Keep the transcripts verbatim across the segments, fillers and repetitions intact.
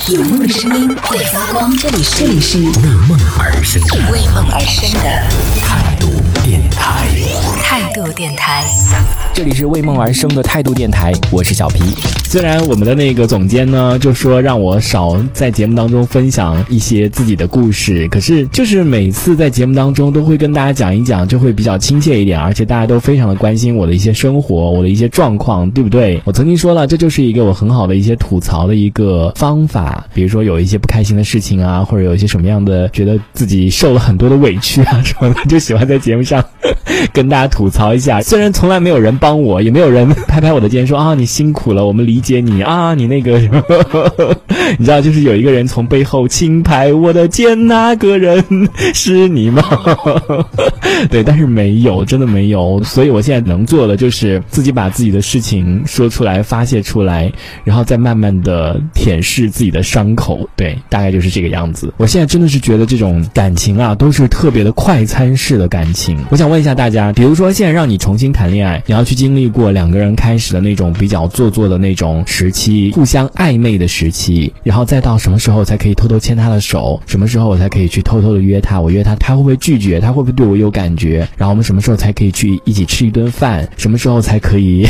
有梦的声音会发光，这里是这里是为梦而生的为梦而生的态度电台。 态度电台， 这里是为梦而生的态度电台，我是小皮。虽然我们的那个总监呢就说让我少在节目当中分享一些自己的故事，可是就是每次在节目当中都会跟大家讲一讲，就会比较亲切一点，而且大家都非常的关心我的一些生活，我的一些状况，对不对？我曾经说了，这就是一个我很好的一些吐槽的一个方法，比如说有一些不开心的事情啊，或者有一些什么样的觉得自己受了很多的委屈啊什么的，就喜欢在节目上跟大家吐槽一下。虽然从来没有人帮我，也没有人拍拍我的肩说啊你辛苦了，我们理解你啊，你那个你知道，就是有一个人从背后轻拍我的肩，那个人是你吗？对，但是没有，真的没有。所以我现在能做的就是自己把自己的事情说出来，发泄出来，然后再慢慢的舔舐自己的伤口。对，大概就是这个样子。我现在真的是觉得这种感情啊都是特别的快餐式的感情。我想问一下大家，比如说现在让你重新谈恋爱，你要去经历过两个人开始的那种比较做作的那种时期，互相暧昧的时期，然后再到什么时候才可以偷偷牵他的手，什么时候我才可以去偷偷的约他，我约他他会不会拒绝，他会不会对我有感觉，然后我们什么时候才可以去一起吃一顿饭，什么时候才可以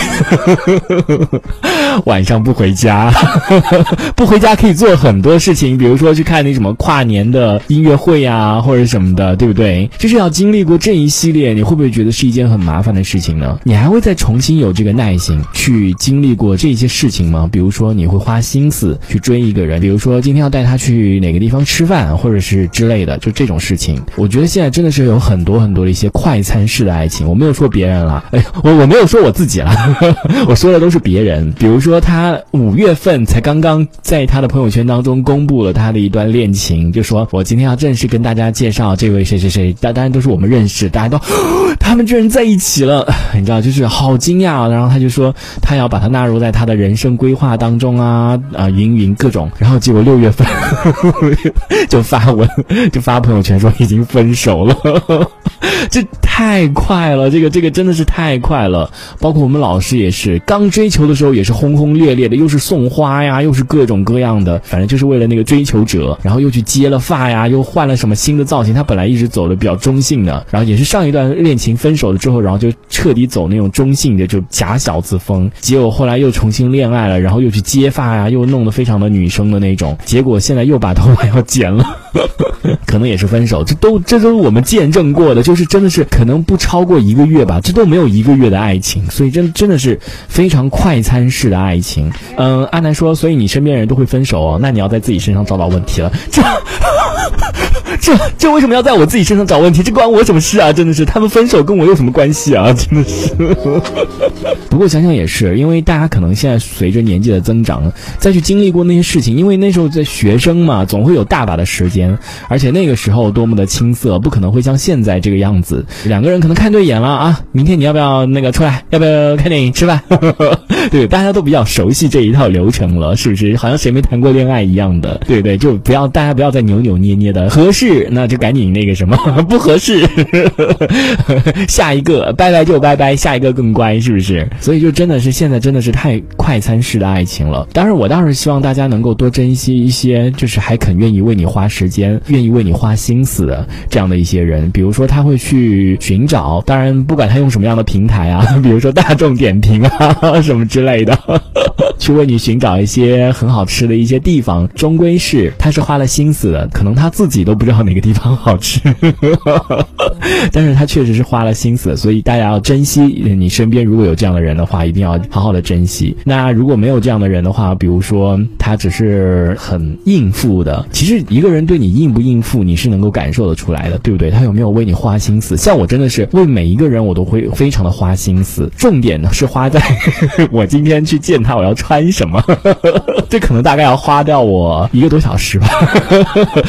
晚上不回家不回家可以做很多事情，比如说去看那什么跨年的音乐会啊或者什么的，对不对？就是要经历过这一系列，你会不会觉得是一件很麻烦的事情呢？你还会再重新有这个耐心去经历过这些事情吗？比如说你会花心思去追一个人，比如说今天要带他去哪个地方吃饭，或者是之类的，就这种事情。我觉得现在真的是有很多很多的一些快餐式的爱情，我没有说别人了，哎，我我没有说我自己了我说的都是别人。比如说他五月份才刚刚在他的朋友圈当中公布了他的一段恋情，就说我今天要正式跟大家介绍这位谁谁谁，当然都是我们认识，大家都他们居然在一起了，你知道，就是好惊讶。然后他就说他要把他纳入在他的人生规划当中啊啊云云各种，然后结果六月份就发文就发朋友圈说已经分手了这太快了，这个这个真的是太快了。包括我们老师也是，刚追求的时候也是轰轰烈烈的，又是送花呀，又是各种各样的，反正就是为了那个追求者，然后又去接了发呀，又换了什么新的造型。他本来一直走的比较中性的，然后也是上一段恋情分手了之后，然后就彻底走那种中性的，就假小子风。结果后来又重新恋爱了，然后又去接发呀，又弄得非常的女生的那种，结果现在又把头发要剪了可能也是分手，这都这都是我们见证过的，就是真的是可能不超过一个月吧，这都没有一个月的爱情，所以真真的是非常快餐式的爱情。嗯，阿南说，所以你身边人都会分手哦，那你要在自己身上找到问题了。这这这为什么要在我自己身上找问题？这关我什么事啊？真的是，他们分手跟我有什么关系啊？真的是不过想想也是，因为大家可能现在随着年纪的增长，再去经历过那些事情，因为那时候在学生嘛，总会有大把的时间，而且那个时候多么的青涩，不可能会像现在这个样子。两个人可能看对眼了啊，明天你要不要那个出来，要不要看电影吃饭对，大家都比较熟悉这一套流程了，是不是？好像谁没谈过恋爱一样的。对对，就不要大家不要再扭扭捏捏的，合适那就赶紧那个什么，不合适下一个拜拜就拜拜，下一个更乖，是不是？所以就真的是现在真的是太快餐式的爱情了。当然我倒是希望大家能够多珍惜一些就是还肯愿意为你花时间，愿意为你花心思的这样的一些人。比如说他会去寻找，当然不管他用什么样的平台啊，比如说大众点评啊什么之类的去为你寻找一些很好吃的一些地方，终归是他是花了心思的，可能他自己都不知道哪个地方好吃但是他确实是花了心思的，所以大家要珍惜。你身边如果有这样的人的话，一定要好好的珍惜。那如果没有这样的人的话，比如说他只是很应付的，其实一个人对你应不应付你是能够感受得出来的，对不对？他有没有为你花心思？像我真的是为每一个人我都会非常的花心思，重点呢是花在我今天去见他我要穿什么这可能大概要花掉我一个多小时吧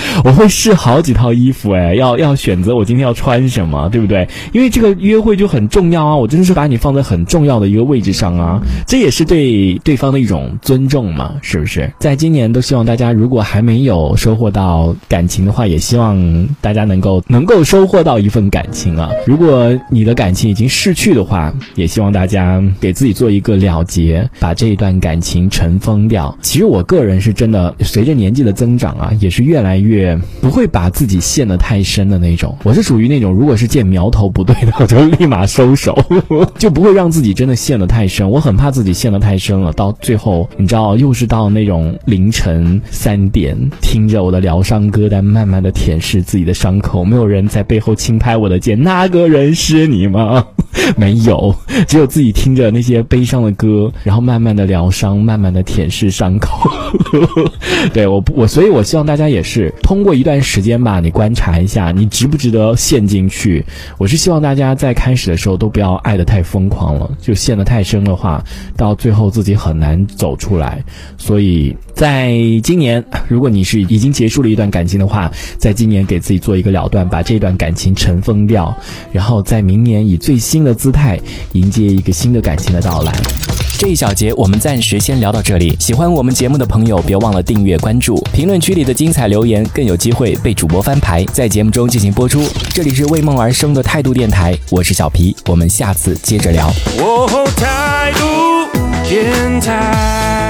我会试好几套衣服，哎，要要选择我今天要穿什么，对不对？因为这个约会就很重要啊，我真的是把你放在很重要的一个位置上啊，这也是对对方的一种尊重嘛，是不是？在今年都希望大家如果还没有收获到感情的话，也希望大家能够能够收获到一份感情啊。如果你的感情已经逝去的话，也希望大家给自己做一个了结，把这一段感情尘封掉。其实我个人是真的随着年纪的增长啊，也是越来越不会把自己陷得太深的那种。我是属于那种如果是见苗头不对的，我就立马收手就不会让自己真的陷得太深。我很怕自己陷得太深了，到最后你知道又是到那种凌晨三点，听着我的疗伤歌单，慢慢的舔舐自己的伤口，没有人在背后轻拍我的肩，那个人是你吗？没有，只有自己听着那些悲伤的歌，然后慢慢的疗伤，慢慢的舔舐伤口对，我我所以我希望大家也是通过一段时间吧，你观察一下你值不值得陷进去。我是希望大家在开始的时候都不要爱得太疯狂了，就陷得太深的话，到最后自己很难走出来。所以在今年，如果你是已经结束了一段感情的话，在今年给自己做一个了断，把这段感情尘封掉，然后在明年以最新的姿态迎接一个新的感情的到来。 这一小节我们暂时先聊到这里，喜欢我们节目的朋友别忘了订阅关注，评论区里的精彩留言更有机会被主播翻牌，在节目中进行播出。这里是为梦而生的态度电台，我是小皮，我们下次接着聊。 哦，态度电台。